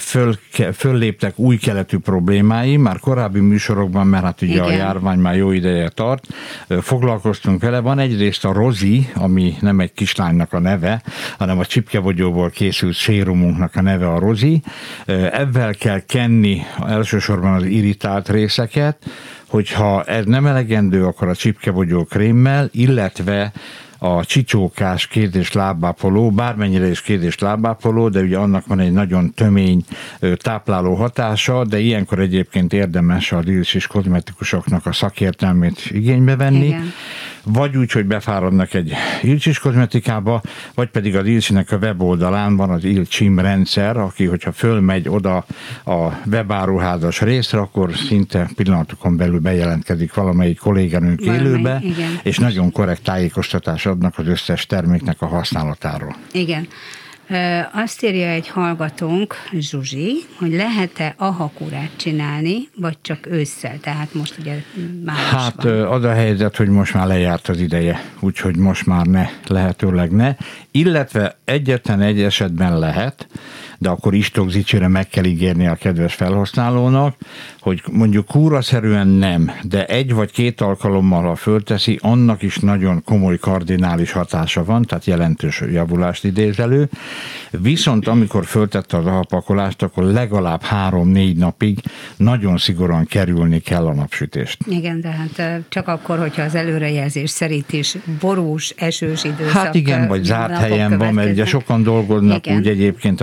fölléptek új keletű problémái, már korábbi műsorokban, mert hát ugye igen, a járvány már jó ideje tart, foglalkoztunk vele. Van egyrészt a rozi, ami nem egy kislánynak a neve, hanem a csipkebogyóból készült szérumunknak a neve a rozi. Ebben kell kenni elsősorban az irritált részeket, hogyha ez nem elegendő, akkor a csipkebogyó krémmel, illetve a csicsókás kéz- és lábápoló, bármennyire is kéz- és lábápoló, de ugye annak van egy nagyon tömény tápláló hatása, de ilyenkor egyébként érdemes a Ilcsis kozmetikusoknak a szakértelmét igénybe venni. Igen. Vagy úgy, hogy befáradnak egy Ilcsis kozmetikába, vagy pedig az Ilcsinek a weboldalán van az Ilcsim rendszer, aki, hogyha fölmegy oda a webáruházas részre, akkor szinte pillanatokon belül bejelentkezik valamelyik kolléganőnk élőbe, igen, és nagyon korrekt tájékoztatás adnak az összes terméknek a használatáról. Igen. Azt írja egy hallgatónk, Zsuzsi, hogy lehet-e ahakurát csinálni, vagy csak ősszel? Tehát most ugye május hát van. Az a helyzet, hogy most már lejárt az ideje, úgyhogy most már ne, lehetőleg ne. Illetve egyetlen egy esetben lehet, de akkor istokzicsire meg kell ígérni a kedves felhasználónak, hogy mondjuk kúraszerűen nem, de 1 vagy 2 alkalommal, ha fölteszi, annak is nagyon komoly kardinális hatása van, tehát jelentős javulást idéz elő. Viszont amikor föltette az ahapakolást, akkor legalább 3-4 napig nagyon szigorúan kerülni kell a napsütést. Igen, de hát csak akkor, hogyha az előrejelzés szerint is borús, esős időszak. Hát igen, vagy zárt helyen van, mert ugye sokan dolgoznak igen, úgy egyébként, tehát ugye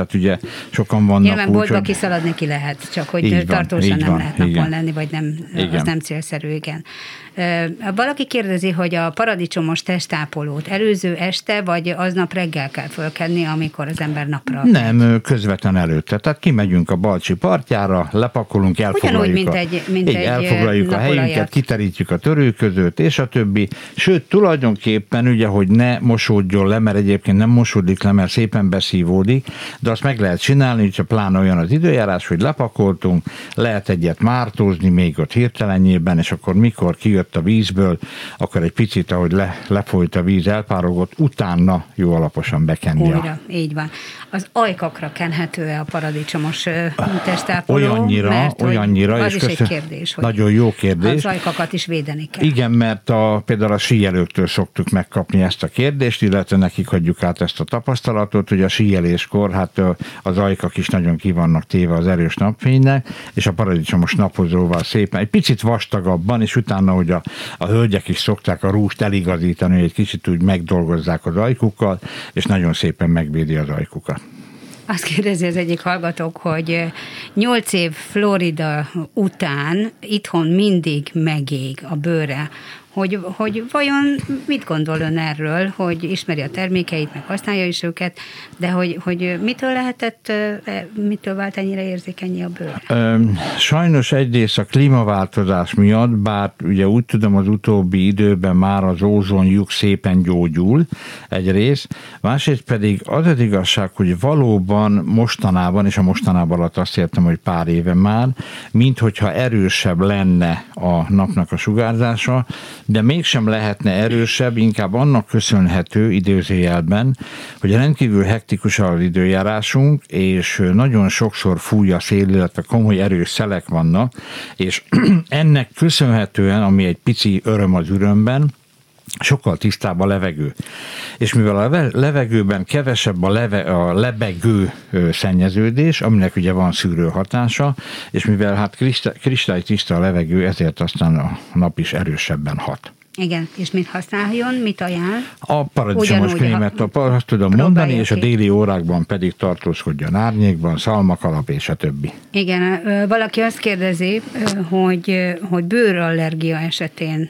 sokan vannak. Nyilván boltba kiszaladni ki lehet, csak hogy tartósan nem lehet napon lenni, vagy nem, az nem célszerű, igen. Valaki kérdezi, hogy a paradicsomos testápolót előző este, vagy aznap reggel kell fölkenni, amikor az ember napra Nem, közvetlen előtte. Tehát kimegyünk a Balcsi partjára, lepakolunk, elfoglaljuk, elfoglaljuk a helyünket, kiterítjük a törőközőt, és a többi. Sőt, tulajdonképpen ugye, hogy ne mosódjon le, mert egyébként nem mosódik le, mert szépen beszívódik, de azt meg lehet csinálni, hogyha pláne olyan az időjárás, hogy lepakoltunk, lehet egyet mártózni még ott hirtelenjében, és akkor mikor kijött a vízből, akkor egy picit, ahogy lefolyt a víz, elpárogott, utána jó alaposan bekenni. Újra, így van. Az ajkakra kenhető-e a paradicsomos testápoló? Olyannyira. Az is egy kérdés. Hogy nagyon jó kérdés. Az ajkakat is védeni kell. Igen, mert például a síelőktől szoktuk megkapni ezt a kérdést, illetve nekik adjuk át ezt a tapasztalatot, hogy a síeléskor hát az ajkak is nagyon ki vannak téve az erős napfénynek, és a paradicsomos napozóval szépen, egy picit vastagabban, és utána, hogy a hölgyek is szokták a rúst eligazítani, hogy egy kicsit úgy megdolgozzák az ajkukkal, és nagyon szépen megvédi az ajkukat. Azt kérdezi az egyik hallgatók, hogy 8 év Florida után itthon mindig megég a bőre. Hogy vajon mit gondol ön erről, hogy ismeri a termékeit, meg használja is őket, de hogy mitől vált ennyire érzékenyé a bőr? Sajnos egyrészt a klímaváltozás miatt, bár ugye úgy tudom, az utóbbi időben már az ózonlyuk szépen gyógyul egyrészt, másrészt pedig az az igazság, hogy valóban mostanában, és a mostanában alatt azt értem, hogy pár éve már, minthogyha erősebb lenne a napnak a sugárzása, de mégsem lehetne erősebb, inkább annak köszönhető idézőjelben, hogy rendkívül hektikus az időjárásunk, és nagyon sokszor fúj a szél, illetve komoly erős szelek vannak, és ennek köszönhetően, ami egy pici öröm az ürömben, sokkal tisztább a levegő. És mivel a levegőben kevesebb a lebegő szennyeződés, aminek ugye van szűrő hatása, és mivel hát kristálytiszta a levegő, ezért aztán a nap is erősebben hat. Igen, és mit használjon, mit ajánl? A paradicsomos krémet, azt tudom mondani, és a déli órákban pedig tartózkodjon árnyékban, szalmakalap és a többi. Igen, valaki azt kérdezi, hogy bőrallergia esetén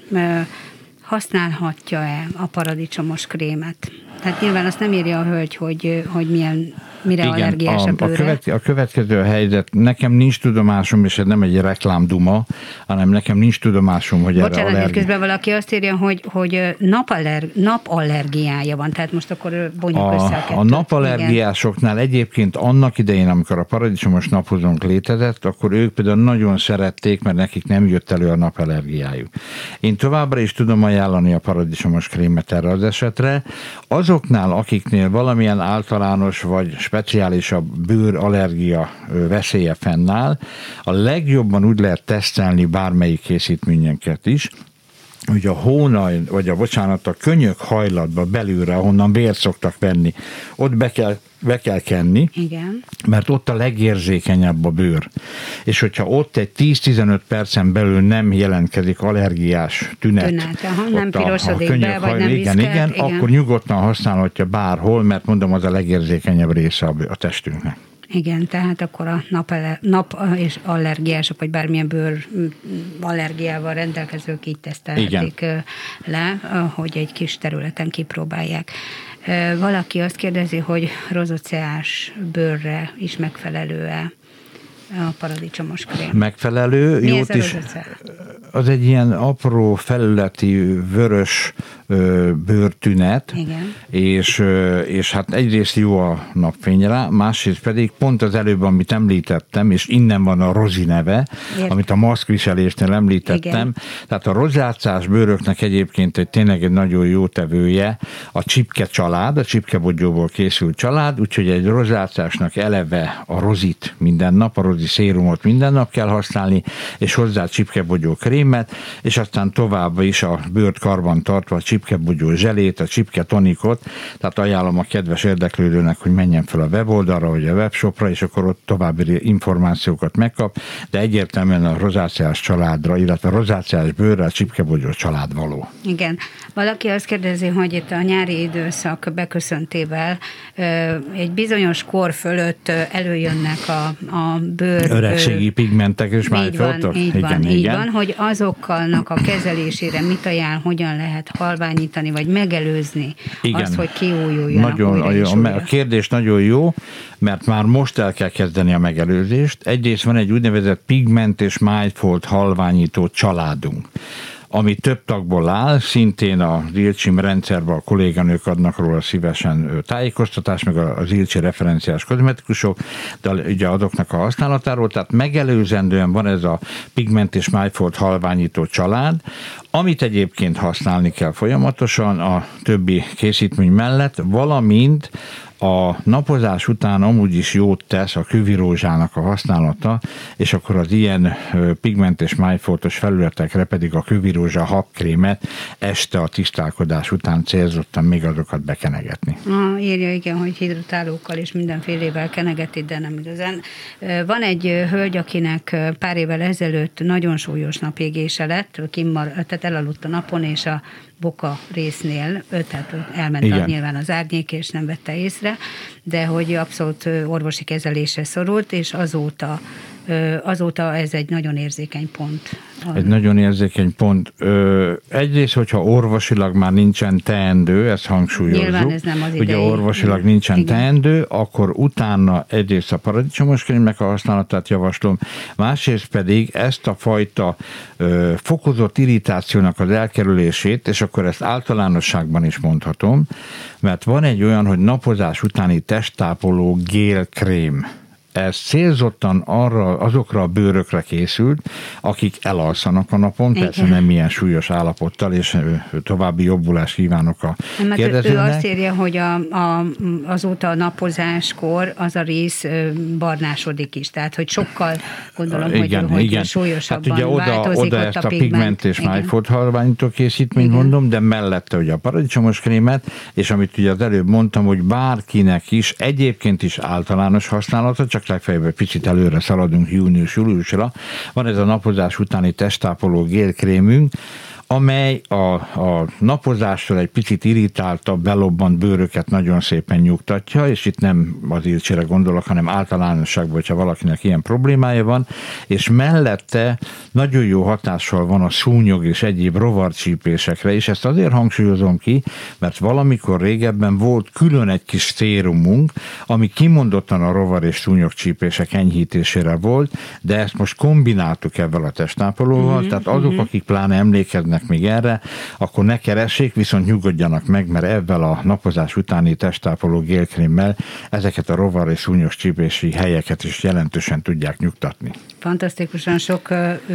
használhatja-e a paradicsomos krémet? Tehát nyilván azt nem írja a hölgy, hogy mire allergiás a bőre. A következő a helyzet, nekem nincs tudomásom, és ez nem egy reklámduma, hanem nekem nincs tudomásom, hogy erre allergiás. Bocsánat, közben valaki azt írja, hogy napallergiája van, tehát most akkor bonjuk össze a kettőt. A napallergiásoknál egyébként annak idején, amikor a paradicsomos napozónk létezett, akkor ők például nagyon szerették, mert nekik nem jött elő a napallergiájuk. Én továbbra is tudom ajánlani a paradicsomos krémet erre az esetre. Azoknál, akiknél valamilyen általános vagy speciálisabb bőrallergia veszélye fennáll, a legjobban úgy lehet tesztelni bármelyik készítményünket is, hogy a hónaj, vagy a könyök hajlatba belülre, ahonnan vért szoktak venni, ott be kell kenni, igen, mert ott a legérzékenyebb a bőr. És hogyha ott egy 10-15 percen belül nem jelentkezik allergiás tünet, nem pirosodik be, vagy nem viszket, igen, akkor nyugodtan használhatja bárhol, mert mondom, az a legérzékenyebb része a testünknek. Igen, tehát akkor a nap és allergiások, vagy bármilyen bőr allergiával rendelkezők így tesztelhetik le, hogy egy kis területen kipróbálják. Valaki azt kérdezi, hogy rozoceás bőrre is megfelelő-e a paradicsomos krém? Megfelelő. Mi ez a rozocea? Az egy ilyen apró felületi vörös bőrtünet, igen, és hát egyrészt jó a napfényre, másrészt pedig pont az előbb, amit említettem, és innen van a rozi neve, amit a maszkviselésnél említettem, igen. Tehát a rozácás bőröknek egyébként tényleg egy nagyon jó tevője a csipke család, a csipkebogyóból készült család, úgyhogy egy rozácásnak eleve a rozit minden nap, a rozi szérumot minden nap kell használni, és hozzá csipkebogyó krémet, és aztán tovább is a bőrt karban tartva csipkebogyó zselét, a csipke tonikot, tehát ajánlom a kedves érdeklődőnek, hogy menjen fel a weboldalra, vagy a webshopra, és akkor ott további információkat megkap, de egyértelműen a rozáceás családra, illetve a rozáceás bőrrel csipkebogyó család való. Igen. Valaki azt kérdezi, hogy itt a nyári időszak beköszöntével egy bizonyos kor fölött előjönnek a bőr... Öregségi pigmentek és májfoltok? Így van, hogy azoknak a kezelésére mit ajánl, hogyan lehet halványítani, vagy megelőzni azt, hogy kiújuljanak újra. A kérdés nagyon jó, mert már most el kell kezdeni a megelőzést. Egyrészt van egy úgynevezett pigment és májfolt halványító családunk, ami több tagból áll, szintén az ILCSIM rendszerben a kolléganők adnak róla szívesen tájékoztatást, meg az ILCSI referenciás kozmetikusok, de ugye azoknak a használatáról, tehát megelőzendően van ez a pigment és májfolt halványító család, amit egyébként használni kell folyamatosan a többi készítmény mellett, valamint a napozás után amúgy is jót tesz a küvirózsának a használata, és akkor az ilyen pigment és májfoltos felületekre pedig a küvirózsa habkrémet este a tisztálkodás után célzottan még azokat bekenegetni. Írja, igen, hogy hidratálókkal és mindenfélével kenegeti, de nem igazán. Van egy hölgy, akinek pár évvel ezelőtt nagyon súlyos napégése lett, tehát elaludt a napon, és a boka résznél, tehát elment nyilván az árnyék, és nem vette észre, de hogy abszolút orvosi kezelésre szorult, és azóta ez egy nagyon érzékeny pont. Egy nagyon érzékeny pont. Egyrészt, hogyha orvosilag már nincsen teendő, ezt hangsúlyozzuk. Nyilván ez nem az idei. Ugye orvosilag nincsen teendő, akkor utána egyrészt a paradicsomos krémnek a használatát javaslom, másrészt pedig ezt a fajta fokozott irritációnak az elkerülését, és akkor ezt általánosságban is mondhatom, mert van egy olyan, hogy napozás utáni testtápoló gélkrém. Ez célzottan azokra a bőrökre készült, akik elalszanak a napon, persze nem ilyen súlyos állapottal, és további jobbulást kívánok a kérdezőnek. Ő azt írja, hogy azóta a napozáskor az a rész barnásodik is, tehát hogy sokkal, gondolom, hogy súlyosabban hát ugye változik oda ezt a pigment és májfolt halványító készítményt mondom, de mellette ugye a paradicsomos krémet, és amit ugye az előbb mondtam, hogy bárkinek is, egyébként is általános használata, csak legfeljebb egy picit előre szaladunk június-júliusra, van ez a napozás utáni testtápoló gélkrémünk, amely a napozással egy picit irritáltabb, belobbant bőröket nagyon szépen nyugtatja, és itt nem az ILCSI-re gondolok, hanem általánosságban, hogyha valakinek ilyen problémája van, és mellette nagyon jó hatással van a szúnyog és egyéb rovarcsípésekre, és ezt azért hangsúlyozom ki, mert valamikor régebben volt külön egy kis szérumunk, ami kimondottan a rovar és szúnyogcsípések enyhítésére volt, de ezt most kombináltuk ebben a testápolóval, tehát azok, akik pláne emlékeznek még erre, akkor ne keressék, viszont nyugodjanak meg, mert ebben a napozás utáni testtápoló gélkrémmel ezeket a rovar és szúnyos csípési helyeket is jelentősen tudják nyugtatni. Fantasztikusan sok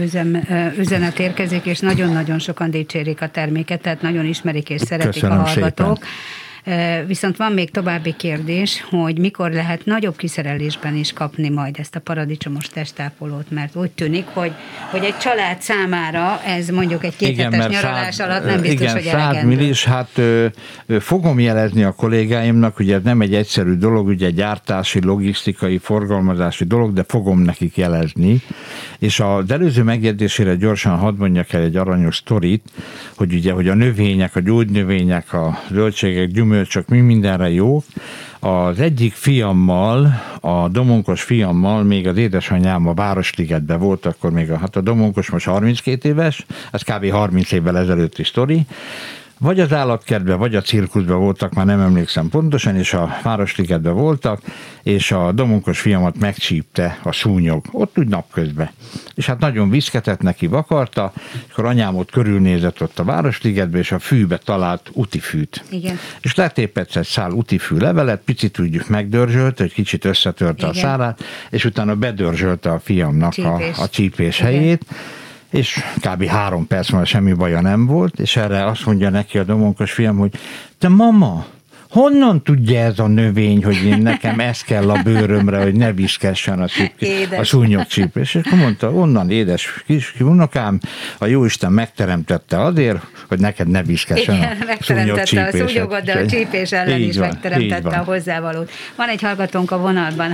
üzenet érkezik, és nagyon-nagyon sokan dicsérik a terméket, tehát nagyon ismerik és szeretik. Köszönöm a hallgatók. Szépen. Viszont van még további kérdés, hogy mikor lehet nagyobb kiszerelésben is kapni majd ezt a paradicsomos testápolót, mert úgy tűnik, hogy egy család számára ez mondjuk egy 2 hetes nyaralás alatt nem biztos, hogy elegendő. 100 millis, hát fogom jelezni a kollégáimnak, ugye ez nem egy egyszerű dolog, ugye gyártási, logisztikai, forgalmazási dolog, de fogom nekik jelezni. És az előző megjegyzésére gyorsan hadd mondjak el egy aranyos sztorit, hogy ugye, hogy a növények, a gyógynövények, a zöldségek, gyümölcsök, mindenre jók. Az egyik fiammal, a domonkos fiammal, még az édesanyám a Városligetben volt, akkor még a domonkos most 32 éves, ez kb. 30 évvel ezelőtti sztori, vagy az állatkertben, vagy a cirkuszban voltak, már nem emlékszem pontosan, és a Városligetben voltak, és a domonkos fiamat megcsípte a szúnyog, ott úgy napközben. És hát nagyon viszketett neki, vakarta, és akkor anyám ott körülnézett ott a Városligetben, és a fűbe talált utifűt. Igen. És letépett egy szál utifű levelet, picit úgy megdörzsölte, egy kicsit összetörte a szálát, és utána bedörzsölte a fiamnak a csípés helyét, és kb. 3 perc múlva semmi baja nem volt, és erre azt mondja neki a domonkos fiam, hogy te mama, honnan tudja ez a növény, hogy nekem ez kell a bőrömre, hogy ne viszkessen a szúnyogcsípés. És akkor mondta, onnan édes kis unokám, a Jóisten megteremtette azért, hogy neked ne viszkessen a megteremtette a szúnyogot, de a csípés ellen is megteremtette a hozzávalót. Van egy hallgatónk a vonalban,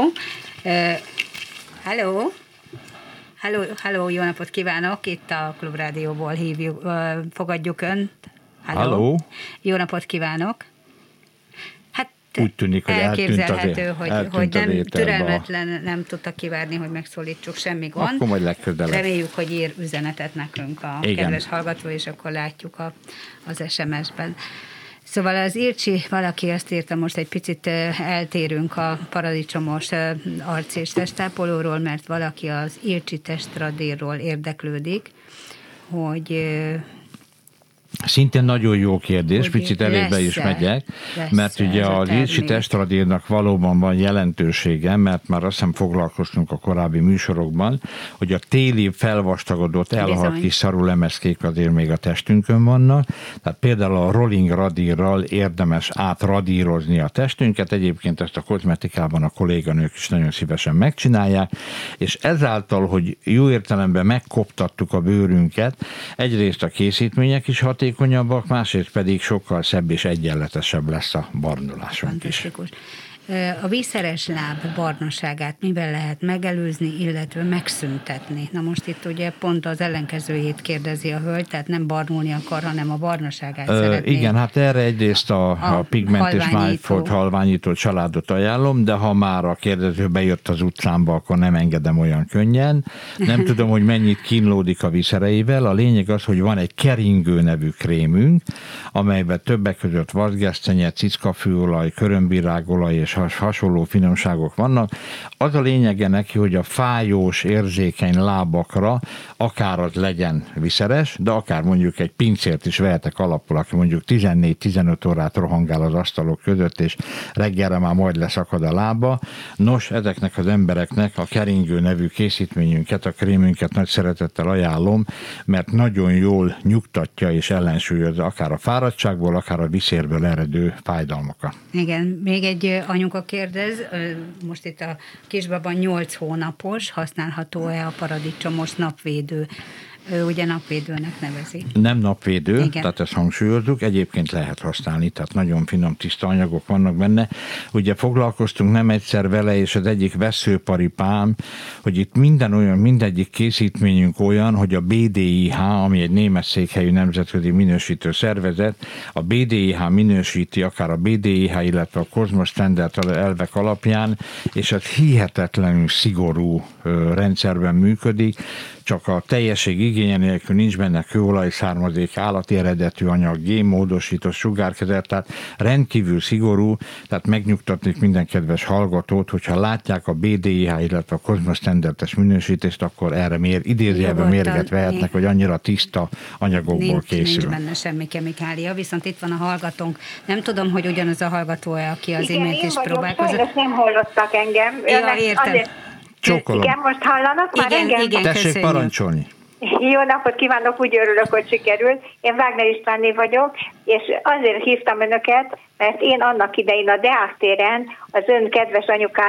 Halló, jó napot kívánok, itt a Klubrádióból hívjuk, fogadjuk Önt. Halló. Jó napot kívánok. Hát úgy tűnik, hogy elképzelhető, hogy nem türelmetlen, nem tudta kivárni, hogy megszólítsuk, semmi gond. Akkor majd legközelebb. Reméljük, hogy ír üzenetet nekünk a kedves hallgató, és akkor látjuk az SMS-ben. Szóval az Ircsi, valaki azt írta, most egy picit eltérünk a paradicsomos arc- és testápolóról, mert valaki az Ircsi testradírról érdeklődik, hogy... Szintén nagyon jó kérdés, picit elébe is megyek, mert ugye az Ircsi testradírnak valóban van jelentősége, mert már azt hiszem foglalkoztunk a korábbi műsorokban, hogy a téli felvastagodott, elhalt kis szarulemezkék azért még a testünkön vannak, tehát például a rolling radírral érdemes átradírozni a testünket, egyébként ezt a kozmetikában a kolléganők is nagyon szívesen megcsinálják, és ezáltal, hogy jó értelemben megkoptattuk a bőrünket, egyrészt a készítmények is hatékonyabbak, másrészt pedig sokkal szebb és egyenletesebb lesz a barnulásunk is. A vízszeres láb barnaságát mivel lehet megelőzni, illetve megszüntetni? Na most itt ugye pont az ellenkezőjét kérdezi a hölgy, tehát nem barnulni akar, hanem a barnaságát szeretné. Igen, hát erre egyrészt a pigment és májfot halványító családot ajánlom, de ha már a kérdező bejött az utcámba, akkor nem engedem olyan könnyen. Nem tudom, hogy mennyit kínlódik a vízszereivel. A lényeg az, hogy van egy keringő nevű krémünk, amelyben többek között vaszgesztenye, cickafűolaj, körömvirágolaj és hasonló finomságok vannak. Az a lényege neki, hogy a fájós, érzékeny lábakra akár az legyen viszeres, de akár mondjuk egy pincért is vehetek alapul, aki mondjuk 14-15 órát rohangál az asztalok között, és reggelre már majd leszakad a lába. Nos, ezeknek az embereknek a keringő nevű készítményünket, a krémünket nagy szeretettel ajánlom, mert nagyon jól nyugtatja és ellensúlyozza akár a fáradtságból, akár a viszérből eredő fájdalmakat. Igen, még egy anyuka kérdez, most itt a kisbaba 8 hónapos, használható-e a paradicsomos napvédő? Ő ugye napvédőnek nevezi. Nem napvédő, igen. Tehát ezt hangsúlyozzuk, egyébként lehet használni, tehát nagyon finom, tiszta anyagok vannak benne. Ugye foglalkoztunk nem egyszer vele, és az egyik veszőparipám, hogy itt mindegyik készítményünk olyan, hogy a BDIH, ami egy német székhelyű nemzetközi minősítő szervezet, a BDIH minősíti akár a BDIH, illetve a Cosmos Standard elvek alapján, és ez hihetetlenül szigorú rendszerben működik, csak a teljesség igénye nélkül nincs benne kőolajszármazék, állati eredetű anyag, génmódosított, sugárkezelt, tehát rendkívül szigorú, tehát megnyugtatnék minden kedves hallgatót, hogyha látják a BDIH, illetve a Cosmos Standard-es minősítést, akkor erre idézőjelben mérget vehetnek, hogy annyira tiszta anyagokból készül. Nincs benne semmi kemikália, viszont itt van a hallgatónk. Nem tudom, hogy ugyanaz a hallgató-e, aki az imént is próbálkozott. Nem hallottak engem. Ja, értem. Csókolom. Igen, most hallanak már engem? Igen, tessék köszönjük. parancsolni. Jó napot kívánok, úgy örülök, hogy sikerült. Én Wagner Istvánné vagyok, és azért hívtam önöket, mert én annak idején a Deák téren az ön kedves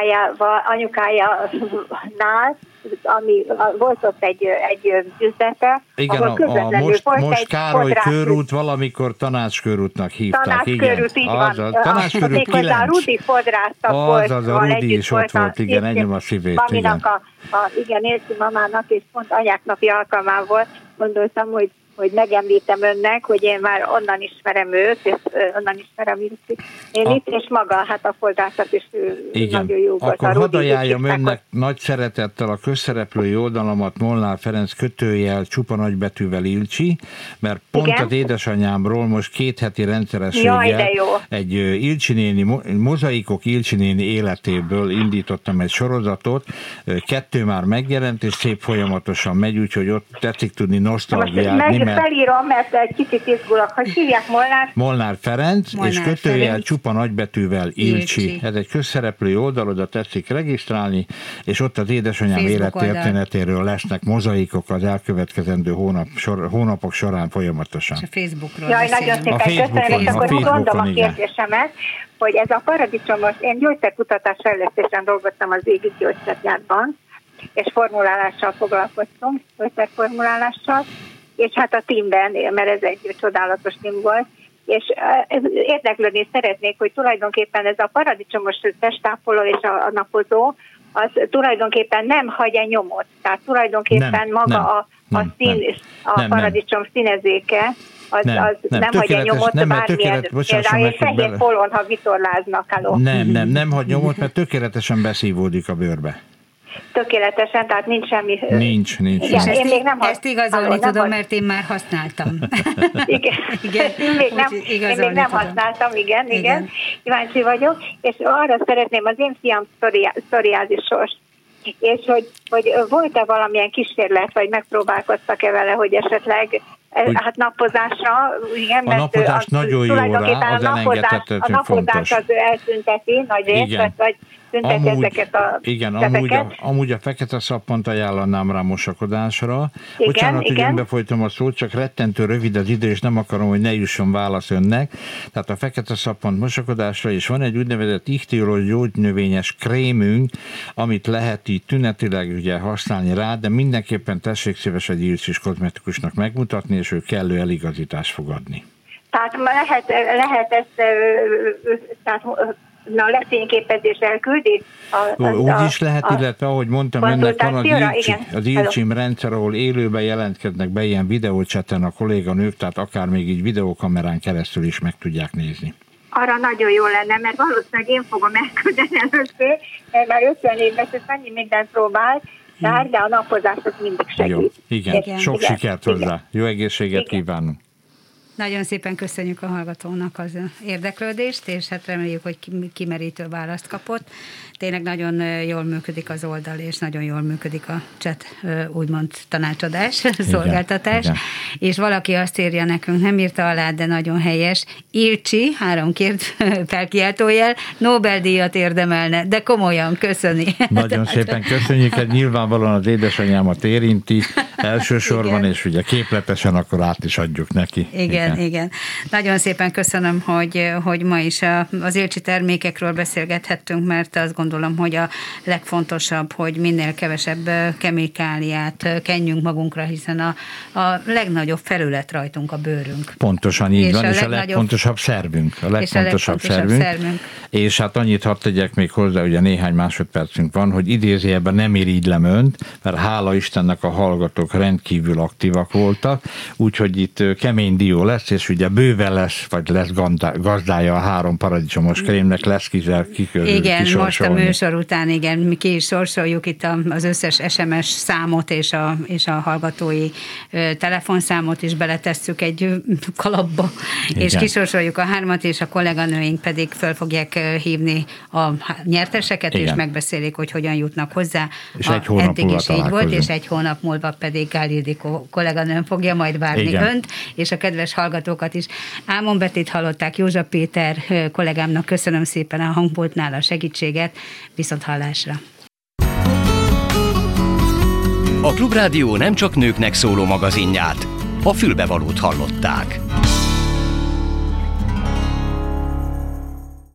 anyukájánál, ami volt ott egy üzlete. Igen, most Károly körút valamikor Tanácskörútnak hívták. Tanácskörút, így van. Tanácskörút 9. A Rudi fodrásztak volt. Az a Rudi is ott volt, igen, enyém a szívét. Igen, Érci mamának, és pont anyáknapi alkalmából gondoltam, hogy megemlítem önnek, hogy én már onnan ismerem őt, és onnan ismerem őt. Én itt, és maga, hát a fodrászat is nagyon jó volt. Akkor hadd ajánljam önnek nagy szeretettel a közszereplői oldalamat, Molnár Ferenc @ csupa nagybetűvel Ilcsi, mert pont igen? Az édesanyámról most 2 heti rendszerességgel egy Ilcsi néni, mozaikok Ilcsi néni életéből indítottam egy sorozatot, 2 már megjelent, és szép folyamatosan megy, úgyhogy ott tetszik tudni nosztalgiázni. felírom, mert egy kicsit izgulok. Hogy hívják Molnár? Molnár Ferenc, Molnár és kötőjel Ferenc. csupa nagybetűvel Ilcsi. Ez egy közszereplői oldal, oda tetszik regisztrálni, és ott az édesanyám Facebook élettörténetéről lesznek mozaikok az elkövetkezendő hónapok során folyamatosan. És a Facebookról Jaj, nagyon szépen köszönöm, és akkor mondom a igen. kérdésemet, hogy ez a paradicsomos, én gyógyszerkutatás fejlesztésen dolgoztam az égi gyógyszergyárban, és formulálással foglalkoztunk, gyógyszerformulálással, és hát a teamben, mert ez egy csodálatos team volt, és érdeklődni szeretnék, hogy tulajdonképpen ez a paradicsomos testápoló és a napozó, az tulajdonképpen nem hagy egy nyomot, tehát tulajdonképpen a paradicsom színezéke, az nem hagy egy nyomot, bármilyen, például egy fehér polon, ha vitorláznak elő. Nem hagy nyomot, mert tökéletesen beszívódik a bőrbe. Tökéletesen, tehát nincs semmi... Nincs. Igen, én még nem ezt igazolni tudom, mert én már használtam. Igen. Én még nem használtam, igen. Kíváncsi vagyok, és arra szeretném, az én fiam pszoriázisos, és hogy volt-e valamilyen kísérlet, vagy megpróbálkoztak-e vele, hogy esetleg hát napozásra, igen, a napozás nagyon jó rá, az elengedhetetlen fontos. Az eltünteti nagy részt, vagy tünteti ezeket a amúgy a fekete szappant ajánlanám rá mosakodásra. Bocsánat, hogy önbefolytom a szót, csak rettentő rövid az idő, és nem akarom, hogy ne jusson válasz önnek. Tehát a fekete szappant mosakodásra, és van egy úgynevezett ichthyoros gyógynövényes krémünk, amit lehet így tünetileg ugye használni rá, de mindenképpen tessék szíves egy Ilcsis kozmetikusnak megmutatni, és ő kellő eligazítást fog adni. Tehát lehet ezt lefényképezés elküldi? Úgy is lehet, illetve ahogy mondtam önnek, van az Ilcsim rendszer, ahol élőben jelentkeznek be ilyen videócseten a kolléganők, tehát akár még így videókamerán keresztül is meg tudják nézni. Arra nagyon jó lenne, mert valószínűleg én fogom elküldeni először, mert már 50 éves, és annyi mindent próbált, de a napozás az mindig segít. Jó, igen. Sok sikert hozzá. Jó egészséget kívánunk. Nagyon szépen köszönjük a hallgatónak az érdeklődést, és hát reméljük, hogy kimerítő választ kapott. Tényleg nagyon jól működik az oldal, és nagyon jól működik a chat, úgymond tanácsadás, szolgáltatás. Igen. És valaki azt írja nekünk, nem írta alá, de nagyon helyes, Ilcsi, 3 felkiáltójel, Nobel-díjat érdemelne, de komolyan köszöni. Nagyon szépen köszönjük, hogy nyilvánvalóan az édesanyámat érinti elsősorban, igen. És ugye képletesen akkor át is adjuk neki. Igen. Nagyon szépen köszönöm, hogy ma is az Ilcsi termékekről beszélgethettünk, mert azt gondolom, hogy a legfontosabb, hogy minél kevesebb kemikáliát kenjünk magunkra, hiszen a legnagyobb felület rajtunk a bőrünk. Pontosan így van, és a legfontosabb szervünk. És hát annyit hadd tegyek még hozzá, ugye néhány másodpercünk van, hogy idézőjelben nem irigylem önt, mert hála Istennek a hallgatók rendkívül aktívak voltak, úgyhogy itt kemény dió lesz, és ugye bőven lesz gazdája a 3 paradicsomos krémnek, lesz igen, most a műsor után, igen, mi ki is sorsoljuk itt az összes SMS számot és a hallgatói telefonszámot is beletesszük egy kalapba, igen. És kisorsoljuk a 3-at, és a kolléganőink pedig föl fogják hívni a nyerteseket, igen. És megbeszélik, hogy hogyan jutnak hozzá. És egy hónap eddig is így volt, és egy hónap múlva pedig Gál Ildikó kolléganőm fogja majd várni, igen. Önt, és a kedves hallgatókat is. Ámon Bettit hallották, Józsa Péter kollégámnak köszönöm szépen a hangpultnál a segítséget, viszont hallásra. A Klubrádió nem csak nőknek szóló magazinját, a fülbevalót hallották.